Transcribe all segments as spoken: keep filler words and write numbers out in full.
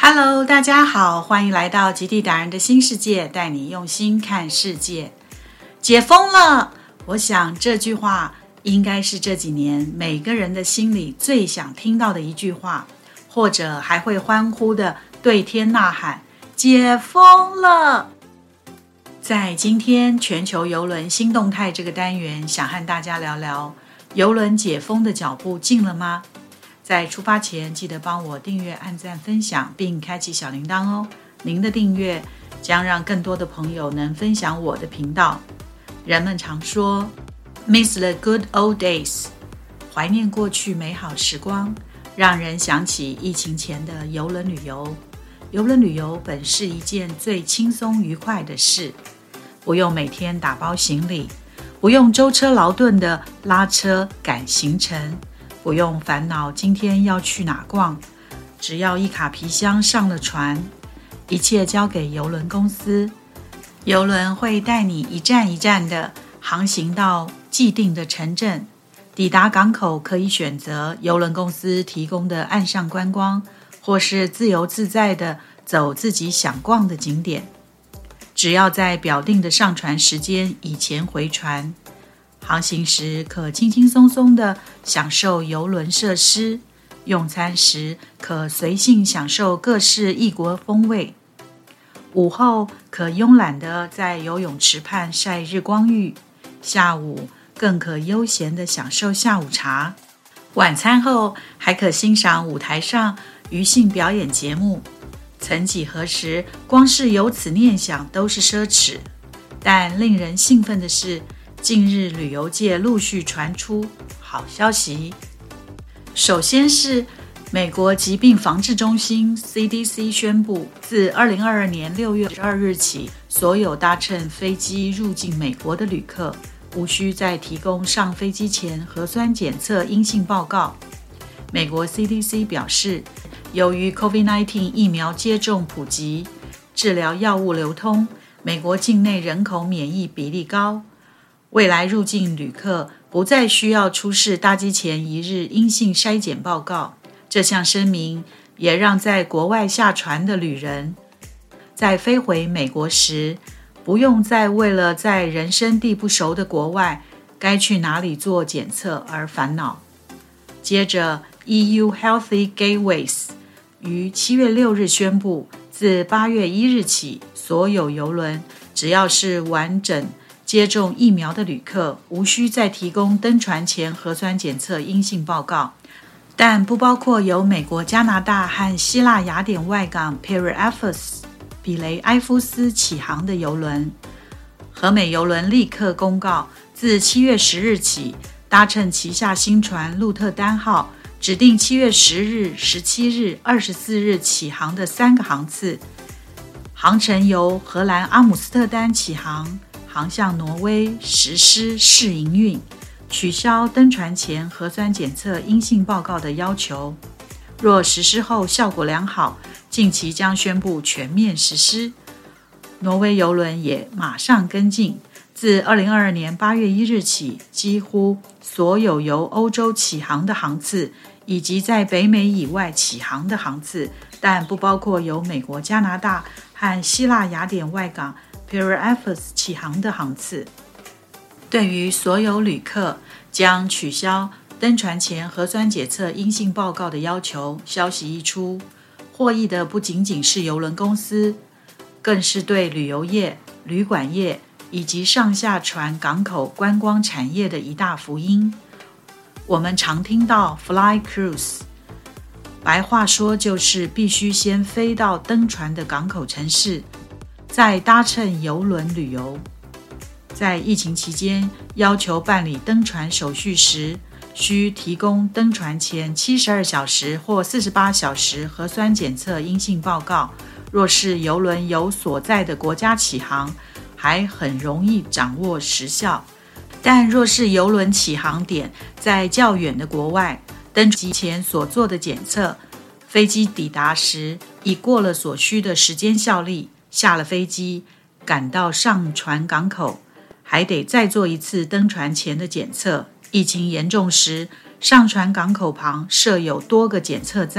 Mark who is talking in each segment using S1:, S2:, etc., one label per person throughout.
S1: Hello， 大家好，欢迎来到极地达人的新世界，带你用心看世界。解封了，我想这句话应该是这几年每个人的心里最想听到的一句话，或者还会欢呼的对天呐喊：解封了！在今天全球邮轮新动态这个单元，想和大家聊聊邮轮解封的脚步近了吗？在出发前，记得帮我订阅、按赞、分享，并开启小铃铛哦。您的订阅将让更多的朋友能分享我的频道。人们常说 Miss the good old days， 怀念过去美好时光，让人想起疫情前的邮轮旅游。邮轮旅游本是一件最轻松愉快的事，不用每天打包行李，不用舟车劳顿的拉车赶行程，不用烦恼今天要去哪逛，只要一卡皮箱上了船，一切交给邮轮公司。邮轮会带你一站一站的航行到既定的城镇，抵达港口可以选择邮轮公司提供的岸上观光，或是自由自在的走自己想逛的景点。只要在表定的上船时间以前回船，航行时可轻轻松松地享受邮轮设施，用餐时可随性享受各式异国风味，午后可慵懒地在游泳池畔晒日光浴，下午更可悠闲地享受下午茶，晚餐后还可欣赏舞台上余兴表演节目。曾几何时，光是有此念想都是奢侈，但令人兴奋的是，近日旅游界陆续传出好消息。首先是美国疾病防治中心 C D C 宣布，自二零二二年六月十二日起，所有搭乘飞机入境美国的旅客无需再提供上飞机前核酸检测阴性报告。美国 C D C 表示，由于 COVID 十九 疫苗接种普及，治疗药物流通，美国境内人口免疫比例高，未来入境旅客不再需要出示搭机前一日阴性筛检报告。这项声明也让在国外下船的旅人在飞回美国时，不用再为了在人生地不熟的国外该去哪里做检测而烦恼。接着 E U Healthy Gateways 于七月六日宣布，自八月一日起，所有邮轮只要是完整接种疫苗的旅客，无需再提供登船前核酸检测阴性报告，但不包括由美国加拿大和希腊雅典外港 Piraeus 比雷埃夫斯起航的邮轮。和美邮轮立刻公告，自七月十日起，搭乘旗下新船鹿特丹号指定七月十日、十七日、二十四日起航的三个航次，航程由荷兰阿姆斯特丹起航，航向挪威，实施试营运，取消登船前核酸检测阴性报告的要求。若实施后效果良好，近期将宣布全面实施。挪威邮轮也马上跟进，自二零二二年八月一日起，几乎所有由欧洲起航的航次，以及在北美以外起航的航次，但不包括由美国加拿大和希腊雅典外港 Piraeus 起航的航次。对于所有旅客将取消登船前核酸检测阴性报告的要求，消息一出，获益的不仅仅是邮轮公司，更是对旅游业、旅馆业以及上下船港口观光产业的一大福音。我们常听到 Fly Cruise， 白话说就是必须先飞到登船的港口城市，再搭乘邮轮旅游。在疫情期间，要求办理登船手续时，需提供登船前七十二小时或四十八小时核酸检测阴性报告。若是邮轮由所在的国家起航，还很容易掌握时效。但若是邮轮起航点在较远的国外，登机前所做的检测，飞机抵达时已过了所需的时间效力，下了飞机赶到上船港口，还得再做一次登船前的检测。疫情严重时，上船港口旁设有多个检测站，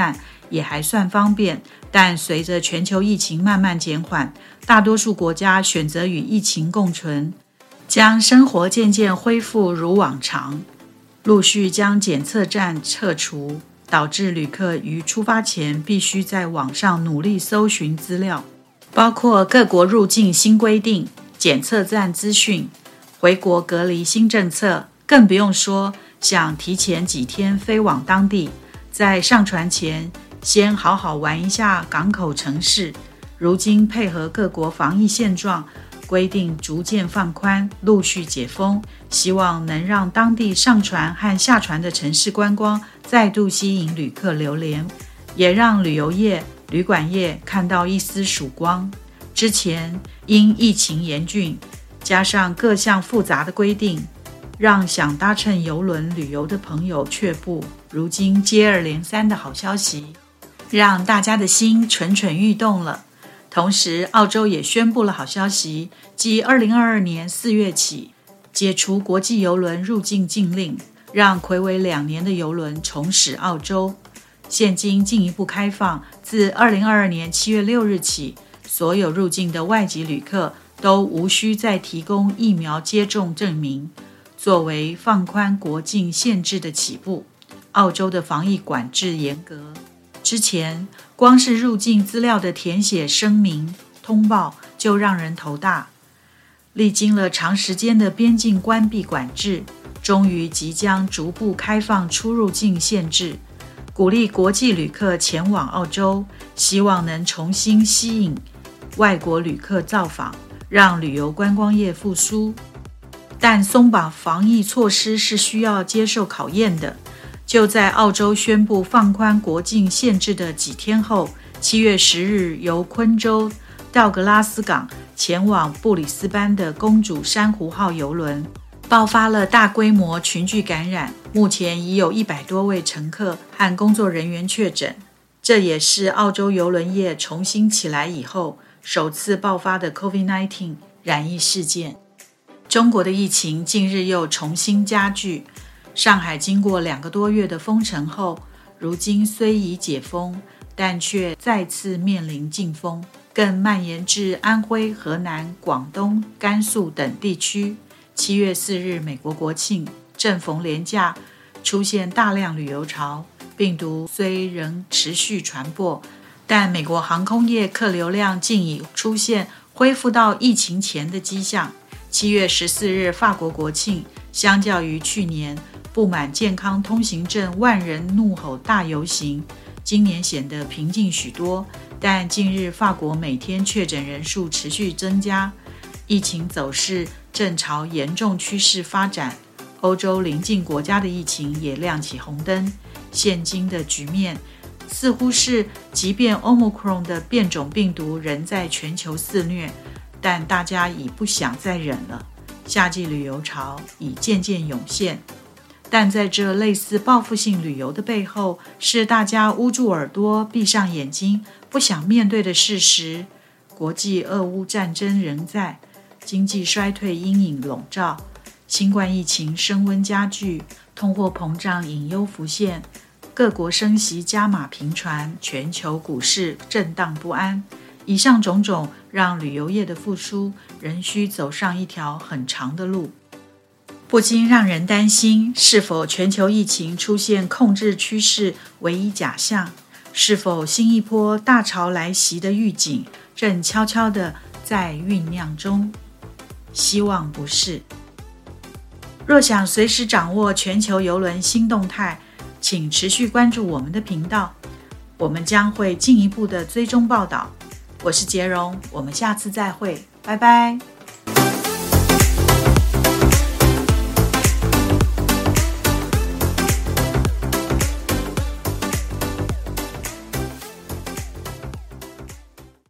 S1: 也还算方便，但随着全球疫情慢慢减缓，大多数国家选择与疫情共存，将生活渐渐恢复如往常，陆续将检测站撤除，导致旅客于出发前必须在网上努力搜寻资料，包括各国入境新规定、检测站资讯、回国隔离新政策，更不用说想提前几天飞往当地，在上船前先好好玩一下港口城市。如今配合各国防疫现状，规定逐渐放宽，陆续解封，希望能让当地上船和下船的城市观光再度吸引旅客流连，也让旅游业、旅馆业看到一丝曙光。之前因疫情严峻，加上各项复杂的规定，让想搭乘邮轮旅游的朋友却步。如今接二连三的好消息，让大家的心蠢蠢欲动了。同时，澳洲也宣布了好消息，即二零二二年四月起，解除国际邮轮入境禁令，让睽违两年的邮轮重驶澳洲。现今进一步开放，自二零二二年七月六日起，所有入境的外籍旅客都无需再提供疫苗接种证明，作为放宽国境限制的起步。澳洲的防疫管制严格，之前光是入境资料的填写声明通报就让人头大。历经了长时间的边境关闭管制，终于即将逐步开放出入境限制，鼓励国际旅客前往澳洲，希望能重新吸引外国旅客造访，让旅游观光业复苏。但松绑防疫措施是需要接受考验的。就在澳洲宣布放宽国境限制的几天后，七月十日由昆州道格拉斯港前往布里斯班的公主珊瑚号邮轮爆发了大规模群聚感染，目前已有一百多位乘客和工作人员确诊。这也是澳洲邮轮业重新起来以后首次爆发的 COVID 十九 染疫事件。中国的疫情近日又重新加剧，上海经过两个多月的封城后，如今虽已解封，但却再次面临禁封，更蔓延至安徽、河南、广东、甘肃等地区。七月四日美国国庆，正逢连假，出现大量旅游潮，病毒虽仍持续传播，但美国航空业客流量竟已出现恢复到疫情前的迹象。七月十四日法国国庆，相较于去年不满健康通行证万人怒吼大游行，今年显得平静许多。但近日法国每天确诊人数持续增加，疫情走势正朝严重趋势发展，欧洲邻近国家的疫情也亮起红灯。现今的局面似乎是，即便 Omicron 的变种病毒仍在全球肆虐，但大家已不想再忍了。夏季旅游潮已渐渐涌现，但在这类似报复性旅游的背后，是大家捂住耳朵闭上眼睛不想面对的事实。国际俄乌战争仍在，经济衰退阴影笼罩，新冠疫情升温加剧，通货膨胀隐忧浮现，各国升息加码频传，全球股市震荡不安。以上种种让旅游业的复苏仍需走上一条很长的路，不禁让人担心，是否全球疫情出现控制趋势唯一假象？是否新一波大潮来袭的预警正悄悄地在酝酿中？希望不是。若想随时掌握全球邮轮新动态，请持续关注我们的频道，我们将会进一步的追踪报道。我是杰荣，我们下次再会，拜拜。